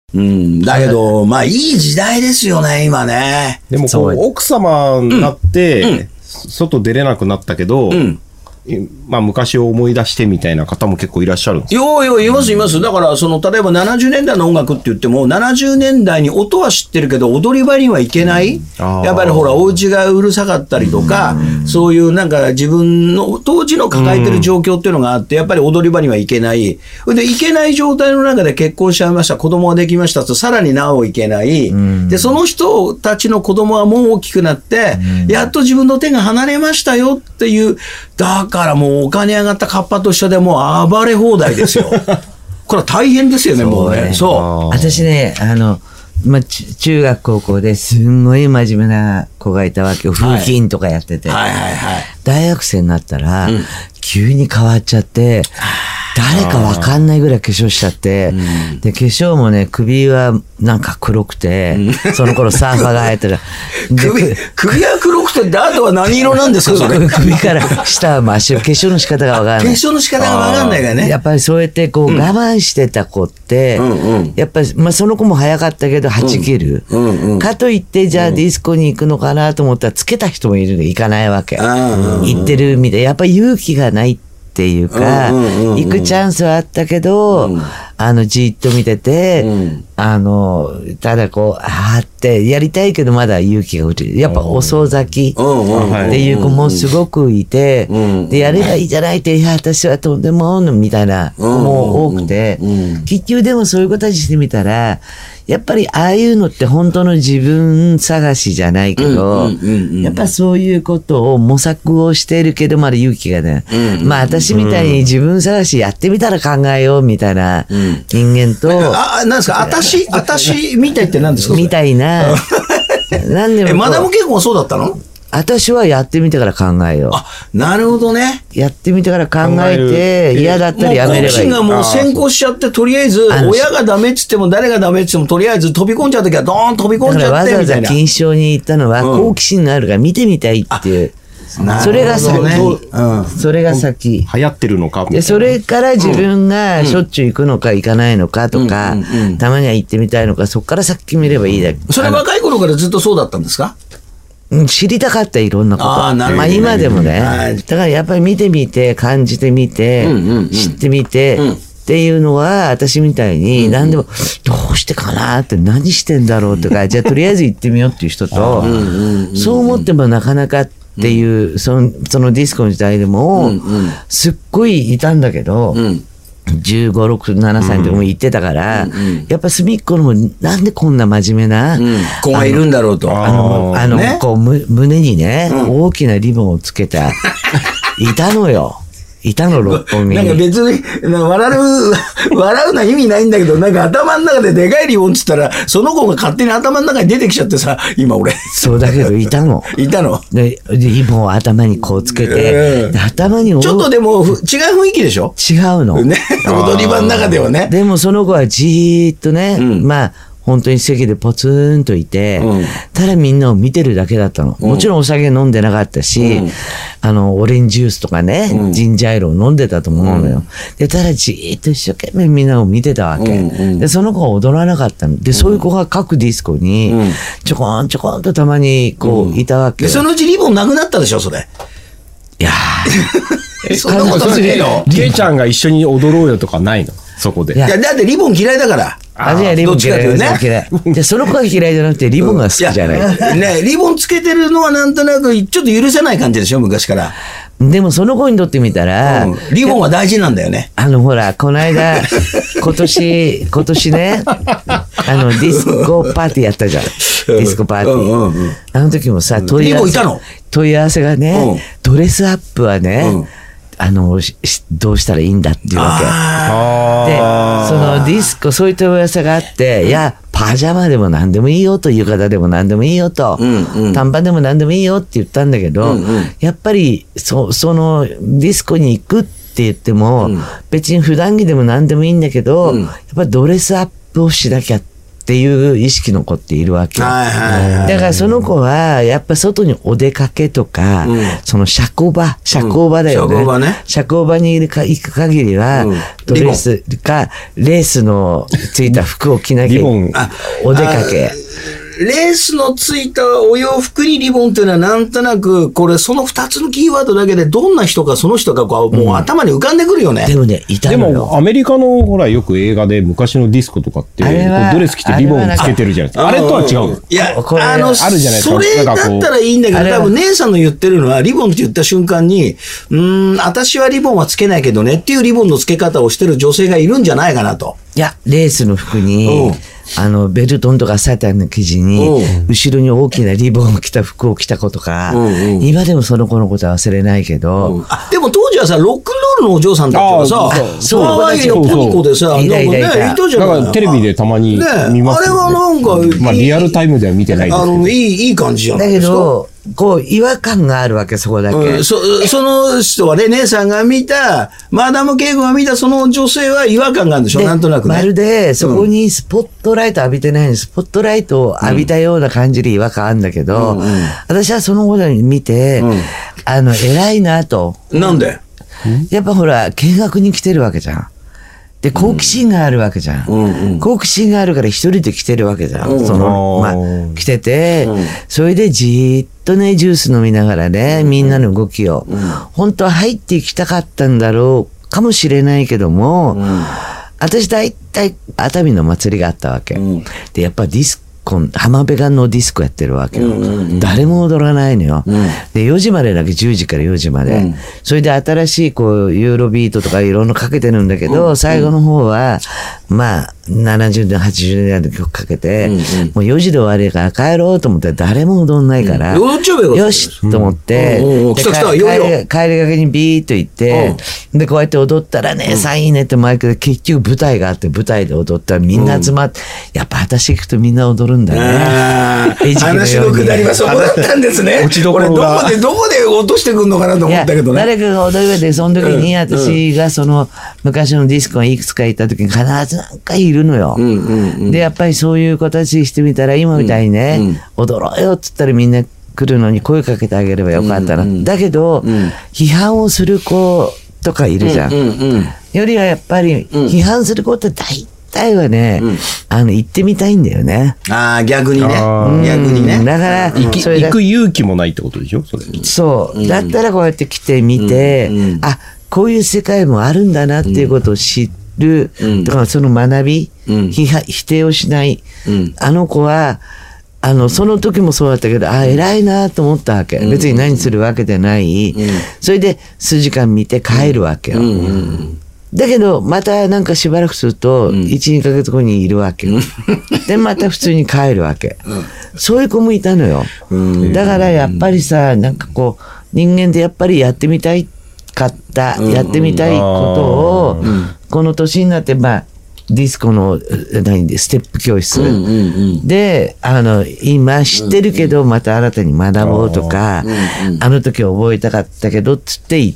だけど、まあいい時代ですよね、今ね。 でもこう、奥様になって、外出れなくなったけど、まあ昔を思い出してみたいな方も結構いらっしゃるんですよ。 いますいます。だから例えば70年代の音楽って言っても、70年代に音は知ってるけど踊り場には行けない。やっぱりほらお家がうるさかったりとか、そういうなんか自分の当時の抱えてる状況っていうのがあって、やっぱり踊り場には行けない。で行けない状態の中で結婚しちゃいました、子供ができましたと、さらになお行けない。でその人たちの子供はもう大きくなって、やっと自分の手が離れましたよっていう。だからもうお金上がったカッパと一緒でもう暴れ放題ですよ。これは大変ですよね、もうね。そう。 私ね、まあ、中学高校ですんごい真面目な子がいたわけよ。風琴とかやってて。大学生になったら、急に変わっちゃって、誰かわかんないぐらい化粧しちゃって、で、化粧もね、首はなんか黒くて、その頃サーファーが生えてる。 首は黒くて、あとは何色なんですか、それ。 首から下は真っ白。化粧の仕方がわかんない。 化粧の仕方がわかんないからね。 やっぱりそうやってこう我慢してた子って、やっぱり、まあその子も早かったけど、はち切る。かといって、じゃあディスコに行くのかなと思ったら、つけた人もいるんで行かないわけ。行ってるみたい。やっぱり勇気がないっていうか、行くチャンスはあったけど、じっと見てて、ただこう、ってやりたいけどまだ勇気が落ちる。やっぱ遅咲きっていう子もすごくいて、で、やればいいじゃないって、いや、私はとんでもみたいな子も多くて、結局でもそういう子たちしてみたら、やっぱりああいうのって本当の自分探しじゃないけど、やっぱそういうことを模索をしているけどまだ勇気がね、まあ私みたいに自分探しやってみたら考えようみたいな人間と、 なんですか、私みたいって何ですかみたいな、何でもマダム結婚そうだったの？ 私はやってみてから考えよう。 なるほどね。 やってみてから考えて、嫌だったらやめればいい。好奇心がもう先行しちゃって、とりあえず、親がダメっつっても、誰がダメっつっても、とりあえず飛び込んじゃうときは、ドーン飛び込んじゃってみたいな。 わざわざ金賞に行ったのは、好奇心があるから見てみたいっていう。それが先。それが先。 流行ってるのかで、それから自分がしょっちゅう行くのか行かないのかとか、たまには行ってみたいのか、そこから先決めればいいだけ。 それ若い頃からずっとそうだったんですか？ 知りたかったいろんなこと。まあ今でもね。だからやっぱり見てみて、感じてみて、知ってみて、っていうのは私みたいに何でもどうしてかなって何してんだろうとか、じゃあとりあえず行ってみようっていう人と、そう思ってもなかなかっていうそのディスコの時代でもすっごいいたんだけど、15、6、7歳の時も行ってたから、やっぱ隅っこの方なんでこんな真面目な子がいるんだろうと。 こう胸にね、大きなリボンをつけた、いたのよ。いたの、六本木に。 なんか別に、笑うのは意味ないんだけど、なんか頭の中ででかいリボンっつったら、その子が勝手に頭の中に出てきちゃってさ、今俺。 そうだけど、いたの。 いたの。 で、リボンを頭にこうつけて、頭にちょっとでも、違う雰囲気でしょ？ 違うの。 ね。踊り場の中ではね。 でもその子はじーっとね、まあ、本当に席でポツンといて、ただみんなを見てるだけだったの。もちろんお酒飲んでなかったし、オレンジジュースとかね、ジンジャーエールを飲んでたと思うのよ。で、ただじーっと一生懸命みんなを見てたわけ。で、その子は踊らなかったの。で、そういう子が各ディスコに、ちょこんちょこんとたまにこう、いたわけ。 で、そのうちリボンなくなったでしょ、それ。 いやー。そんなことないの？ケイちゃんが一緒に踊ろうよとかないの？そこで。 いや、だってリボン嫌いだから。 じゃあリボン嫌いね。で、その子が嫌いじゃなくて、リボンが好きじゃない。 ね、リボンつけてるのはなんとなく、ちょっと許せない感じでしょ、昔から。 でもその子にとってみたら、 リボンは大事なんだよね。 ほら、この間、今年ね、ディスコパーティーやったじゃん。ディスコパーティー。あの時もさ、問い合わせがね、ドレスアップはね、どうしたらいいんだっていうわけ。で、そのディスコ、そういった噂があって、いや、パジャマでも何でもいいよと、浴衣でも何でもいいよと、短パンでも何でもいいよって言ったんだけど、やっぱり、そのディスコに行くって言っても、別に普段着でも何でもいいんだけど、やっぱりドレスアップをしなきゃっっていう意識の子っているわけよ。 はいはいはい。 だからその子はやっぱ外にお出かけとか、その社交場だよね。 社交場ね。 社交場に行く限りは、ドレスかレースのついた服を着なきゃお出かけ。 レースのついたお洋服にリボンっていうのはなんとなく、これその2つのキーワードだけでどんな人かその人かこうもう頭に浮かんでくるよね。 でもね、いたのよ。 でもアメリカのほらよく映画で昔のディスコとかってこうドレス着てリボンつけてるじゃないですか。あれとは違う。 いや、 あるじゃないですか。 それだったらいいんだけど、多分姉さんの言ってるのはリボンって言った瞬間に、私はリボンはつけないけどねっていうリボンのつけ方をしてる女性がいるんじゃないかなと。 いや、レースの服に、ベルトンとかサタンの生地に、後ろに大きなリボンを着た服を着た子とか、今でもその子のことは忘れないけど。 でも当時はさ、ロックンロールのお嬢さんたちはさ、ハワイのポニコでさ、なんかね、いたじゃない。 だからテレビでたまに見ますよね。 あれはなんか、 まあリアルタイムでは見てないですけど。 いい感じじゃないですか。 だけど、こう、違和感があるわけ、そこだけ。 その人はね、姉さんが見た、マダム・ケイゴが見たその女性は違和感があるんでしょ、なんとなくね。 まるで、そこにスポットライト浴びてないんです。スポットライトを浴びたような感じで違和感あるんだけど、私はそのことに見て、偉いなと。 なんで？ やっぱほら、見学に来てるわけじゃん。で、好奇心があるわけじゃん。好奇心があるから一人で来てるわけじゃん。来てて、それでじーっとね、ジュース飲みながらね、みんなの動きを。本当は入っていきたかったんだろうかもしれないけども、私大体熱海の祭りがあったわけ。で、やっぱディスコ、浜辺がのディスコやってるわけよ。誰も踊らないのよ。で、4時までだけ、10時から4時まで。それで新しいこう、ユーロビートとかいろんなかけてるんだけど、最後の方は、まあ、70年、80年代の曲かけて、もう4時で終わりから帰ろうと思ったら誰も踊んないから、よしと思って、帰りがけにビーッと行って、で、こうやって踊ったらね、いいねってマイクで結局舞台があって、舞台で踊ったらみんな集まって、やっぱ私行くとみんな踊るんだね。 話のくだりはそこだったんですね。俺どこで落としてくんのかなと思ったけどね。 誰かが踊り場で、その時に私がその昔のディスコにいくつか行った時に必ずなんかいるのよ。で、やっぱりそういう子たちしてみたら今みたいにね、踊ろうよっつったらみんな来るのに声かけてあげればよかったな。だけど、批判をする子とかいるじゃん。よりはやっぱり批判する子って大体はね、行ってみたいんだよね。 逆にね。逆にね。 だから、 行く勇気もないってことでしょ、それ。 そう。だったらこうやって来てみて、こういう世界もあるんだなっていうことを知って、だからその学び、否定をしない、あの子はその時もそうだったけど、偉いなと思ったわけ。別に何するわけじゃない。それで数時間見て帰るわけよ。だけどまたなんかしばらくすると 1,2 ヶ月後にいるわけよ。でまた普通に帰るわけ。そういう子もいたのよ。だからやっぱりさ、なんかこう人間ってやっぱりやってみたいかった、やってみたいことを、この年になって、まあ、ディスコの、ステップ教室で、今知ってるけど、また新たに学ぼうとか、あの時覚えたかったけど、つって言って、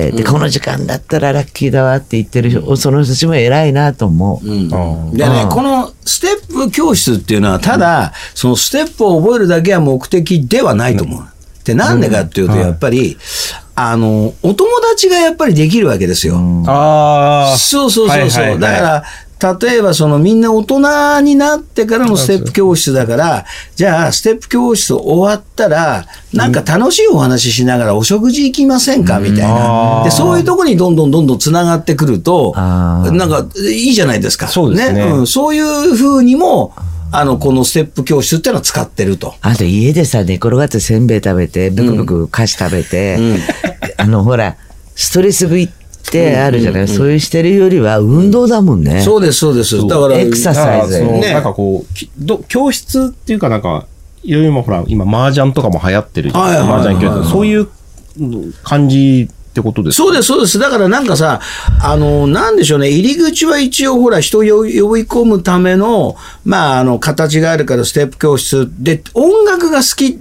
で、この時間だったらラッキーだわって言ってるその人たちも偉いなと思う。 でね、このステップ教室っていうのは、ただ、そのステップを覚えるだけは目的ではないと思う。で、なんでかっていうと、やっぱり、お友達がやっぱりできるわけですよ。そう。だから、例えばみんな大人になってからのステップ教室だから、じゃあステップ教室終わったら、なんか楽しいお話ししながらお食事行きませんかみたいな。で、そういうところにどんどんつながってくると、なんかいいじゃないですか。 そうですね。 そういうふうにも、このステップ教室っていうのは使ってると。 あと家でさ、寝転がってせんべい食べて、ブクブク菓子食べて、ほら、ストレス食いってあるじゃない、そういうしてるよりは運動だもんね。 そうです。だから、 エクササイズ。 なんかこう、教室っていうかなんか、いろいろほら、今、麻雀とかも流行ってるじゃないですか。麻雀教室。そういう感じってことですか？ そうです。だからなんかさ、なんでしょうね、入り口は一応ほら、人を呼び込むための、まあ、形があるからステップ教室で、音楽が好きだ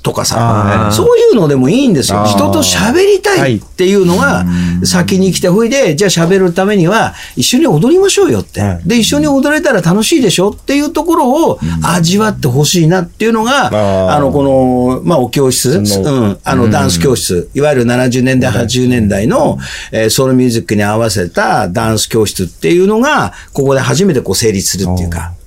とかさ、そういうのでもいいんですよ。人と喋りたいっていうのが先に来て、ほいで、じゃあ喋るためには一緒に踊りましょうよって。で、一緒に踊れたら楽しいでしょっていうところを味わってほしいなっていうのが、この、お教室、ダンス教室、いわゆる70年代、80年代のソウルミュージックに合わせたダンス教室っていうのが、ここで初めてこう成立するっていうか。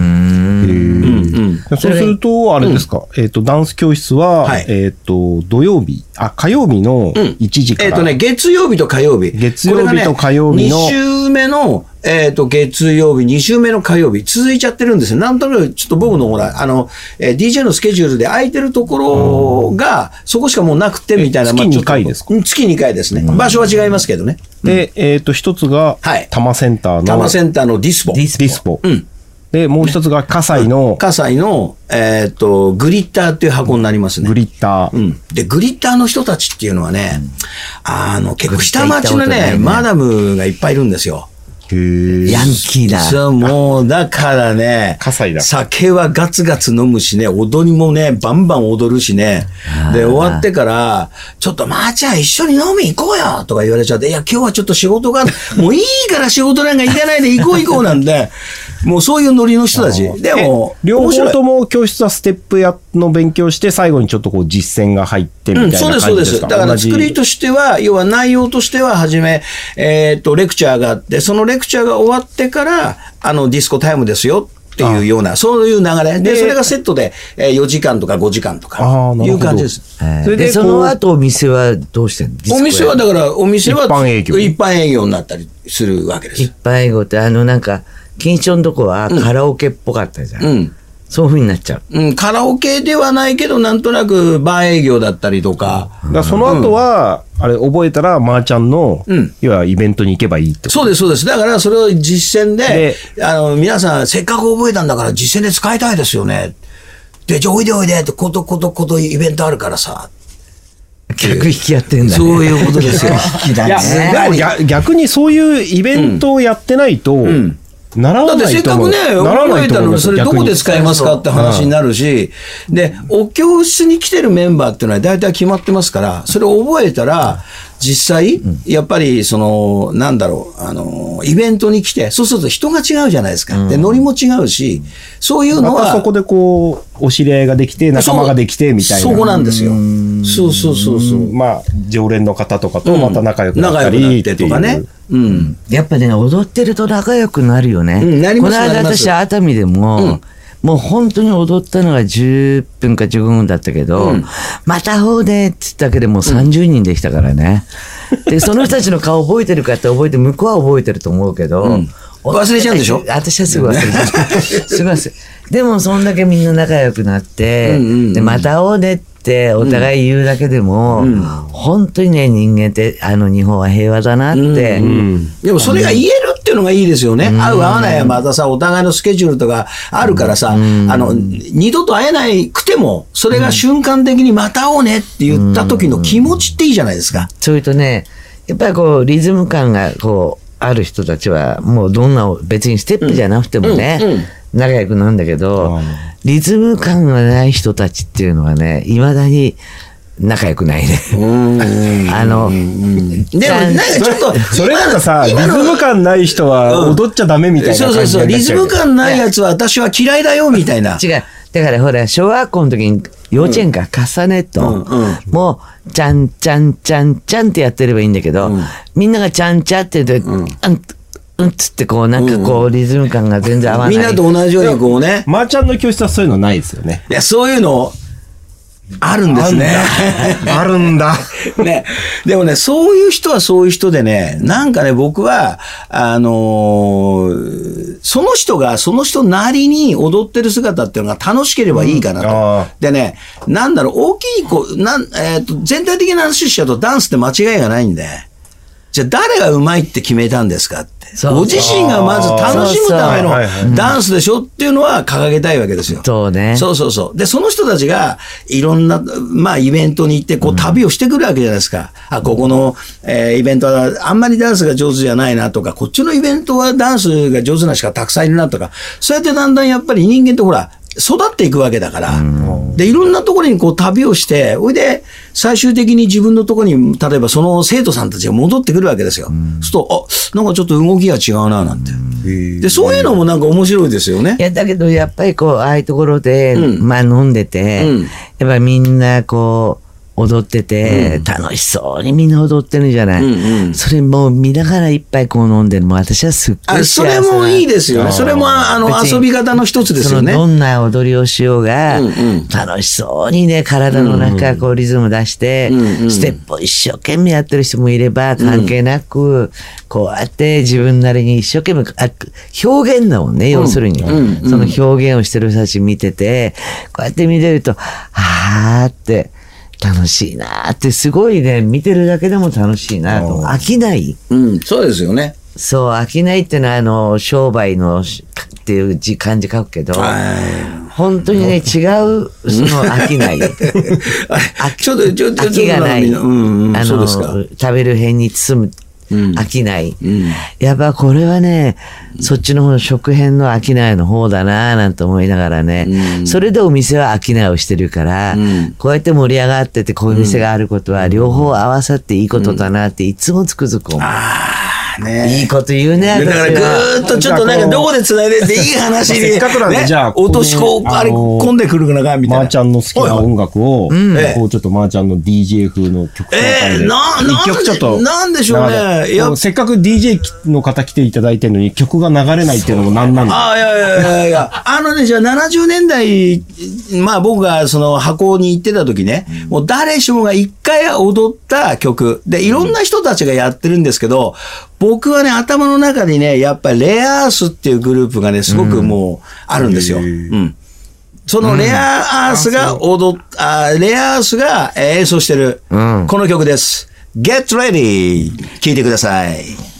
そうすると、あれですか、ダンス教室は、土曜日、火曜日の1時から。 月曜日と火曜日。 月曜日と火曜日の。 2週目の、月曜日、2週目の火曜日、続いちゃってるんですよ。なんとなく、ちょっと僕のほら、DJ のスケジュールで空いてるところが、そこしかもうなくて、みたいな。 月2回ですか？ 月2回ですね。場所は違いますけどね。 で、一つが、多摩センターの。 多摩センターのディスポ。 ディスポ。で、もう一つが、葛西の、 グリッターっていう箱になりますね。 グリッター。 で、グリッターの人たちっていうのはね、結構下町のね、マダムがいっぱいいるんですよ。 ヤンキーだ。 そう、もう、だからね、酒はガツガツ飲むしね、踊りもね、バンバン踊るしね。で、終わってから、ちょっとじゃあ一緒に飲み行こうよとか言われちゃって、いや、今日はちょっと仕事が、もういいから仕事なんか行かないで行こうなんで、もうそういうノリの人たち。でも、 両方とも教室はステップの勉強して、最後にちょっとこう実践が入ってみたいな感じですか？ そうです、そうです。だから作りとしては、要は内容としては、はじめ、レクチャーがあって、そのレクチャーが終わってから、ディスコタイムですよっていうような、そういう流れ。で、それがセットで4時間とか5時間とか、いう感じです。 で、その後お店はどうしてるんですか？ お店は、だから、お店は一般営業になったりするわけです。 一般営業って、なんか、錦糸町のとこはカラオケっぽかったじゃん。そういう風になっちゃう。カラオケではないけど、なんとなくバー営業だったりとか。 その後は、あれ、覚えたら、まーちゃんの、要はイベントに行けばいいってこと。 そうです、そうです。だから、それを実践で、皆さん、せっかく覚えたんだから、実践で使いたいですよね。で、じゃあ、おいでおいでって、ことイベントあるからさ。 客引きやってんだね。 そういうことですよ。 引きだね。 でも逆にそういうイベントをやってないと、ならないと思う。だってせっかくね、 覚えたのにそれどこで使いますかって話になるし、で、お教室に来てるメンバーっていうのは大体決まってますから、それを覚えたら、実際、やっぱり、なんだろう、イベントに来て、そうすると人が違うじゃないですか。で、ノリも違うし、そういうのは。 またそこでこう、お知り合いができて、仲間ができて、みたいな。 そこなんですよ。そうそう。 常連の方とかとまた仲良くなったりってとかね。 やっぱね、踊ってると仲良くなるよね。この間私、熱海でも、もう本当に踊ったのが10分か15分だったけど、またほうでって言っただけでもう30人できたからね。で、その人たちの顔覚えてるかって覚えて、向こうは覚えてると思うけど、 忘れちゃうんでしょ？ 私はすぐ忘れちゃう。すぐ忘れ。でもそんだけみんな仲良くなって、で、また会おうねってお互い言うだけでも、本当にね、人間って日本は平和だなって。 でもそれが言えるっていうのがいいですよね。合う合わないはまたさ、お互いのスケジュールとかあるからさ、二度と会えないくても、それが瞬間的にまた会おうねって言った時の気持ちっていいじゃないですか。 それとね、やっぱりこう、リズム感がこう、ある人たちは、もうどんな、別にステップじゃなくてもね、仲良くなんだけど、リズム感がない人たちっていうのはね、未だに仲良くないね。でもなんかちょっと、 それなんかさ、リズム感ない人は踊っちゃダメみたいな感じになっちゃう。 そう、リズム感ないやつは私は嫌いだよみたいな。 違う。だからほら、小学校の時に幼稚園からカスタネット、もう、ちゃんちゃんちゃんちゃんってやってればいいんだけど、みんながちゃんちゃって言うと、つってこう、なんかこう、リズム感が全然合わない。 みんなと同じようにこうね。 まーちゃんの教室はそういうのないですよね。 いや、そういうの、あるんですね。 あるんだ。 ね。でもね、そういう人はそういう人でね、なんかね、僕は、その人がその人なりに踊ってる姿っていうのが楽しければいいかなと。でね、なんだろう、大きい全体的な話しちゃうとダンスって間違いがないんで、じゃあ誰がうまいって決めたんですかって。ご自身がまず楽しむためのダンスでしょっていうのは掲げたいわけですよ。 そうね。 そう。で、その人たちがいろんな、イベントに行って、こう、旅をしてくるわけじゃないですか。ここの、イベントはあんまりダンスが上手じゃないなとか、こっちのイベントはダンスが上手な人がたくさんいるなとか、そうやってだんだんやっぱり人間ってほら、 育っていくわけだから。で、いろんなところにこう旅をして、それで、最終的に自分のところに、例えばその生徒さんたちが戻ってくるわけですよ。そうすると、なんかちょっと動きが違うな、なんて。で、そういうのもなんか面白いですよね。 いや、だけどやっぱりこう、ああいうところで、まあ飲んでて、やっぱりみんなこう、踊ってて、楽しそうにみんな踊ってるじゃない。それもう見ながら一杯こう飲んでる。もう私はすっごい幸せ。 それもいいですよね。それも遊び方の一つですよね。 どんな踊りをしようが、楽しそうにね、体の中こうリズム出して、ステップを一生懸命やってる人もいれば、関係なく、こうやって自分なりに一生懸命、表現だもんね、要するに。その表現をしてる人たち見てて、こうやって見てると、はーって、楽しいなってすごいね、見てるだけでも楽しいなと。飽きない。 そうですよね。 そう、飽きないってのは商売のっていう漢字書くけど、本当にね、違う、その飽きない。飽きがない。食べる辺に包む。飽きない。やっぱこれはね、そっちの方の食辺の飽きないの方だなぁなんて思いながらね、それでお店は飽きないをしてるから、こうやって盛り上がっててこういう店があることは両方合わさっていいことだなっていつもつくづく思う。いいこと言うね。 だからぐーっとちょっとなんかどこで繋いでっていい話に、 せっかくなんでじゃあ落とし込んでくるかなみたいな。 まーちゃんの好きな音楽を、こうちょっとまーちゃんの DJ 風の曲紹介で。一曲ちょっと。 なんでしょうね。 せっかく DJ の方来ていただいてるのに曲が流れないっていうのもなんなんだ。 いや、じゃあ70年代、まあ僕がその箱に行ってた時ね、もう誰しもが一回踊った曲。で、いろんな人たちがやってるんですけど、僕はね、頭の中にね、やっぱりレアアースっていうグループがね、すごくもうあるんですよ。そのレアアースがレアアースが演奏してる、この曲です。Get Ready! 聴いてください。